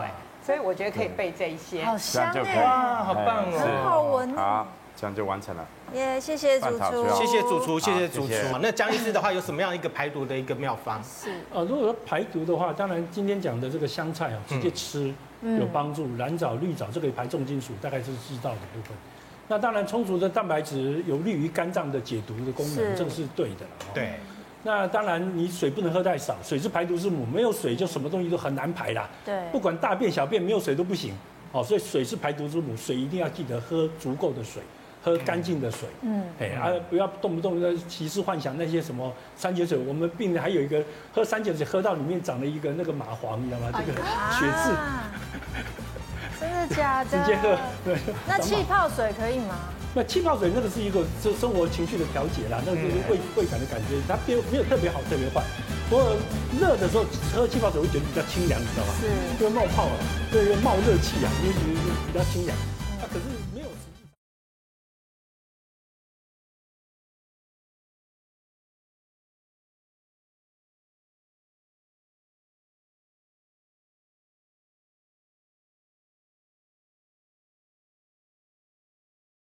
所以我觉得可以备这一些。 好香哎， 哇，好棒哦， 很好闻。 好，这样就完成了。 耶，谢谢主厨， 谢谢主厨，谢谢主厨谢谢。 那江医师的话，有什么样一个排毒的一个妙方？ 是呃，如果说排毒的话，当然今天讲的这个香菜啊，直接吃有帮助。蓝藻、绿藻这个排重金属，大概是知道的部分。那当然，充足的蛋白质有利于肝脏的解毒的功能，这个是对的了。 对。 那当然，你水不能喝太少，水是排毒之母，没有水就什么东西都很难排啦。 对。 不管大便、小便，没有水都不行。哦，所以水是排毒之母，水一定要记得喝足够的水。喝干净的水，嗯，哎啊，不要动不动的歧视幻想那些什么三节水。我们病人还有一个喝三节水，喝到里面长了一个那个蚂蟥，你知道吗？这个血渍， 真的假的？ 直接喝，对。 那气泡水可以吗？ 那气泡水那个是一个生生活情绪的调节啦，那个就是胃胃感的感觉，它没有没有特别好特别坏。不过热的时候喝气泡水会觉得比较清凉，你知道吗？是，因为冒泡了，对，冒热气啊，因为比较清凉。那可是没有。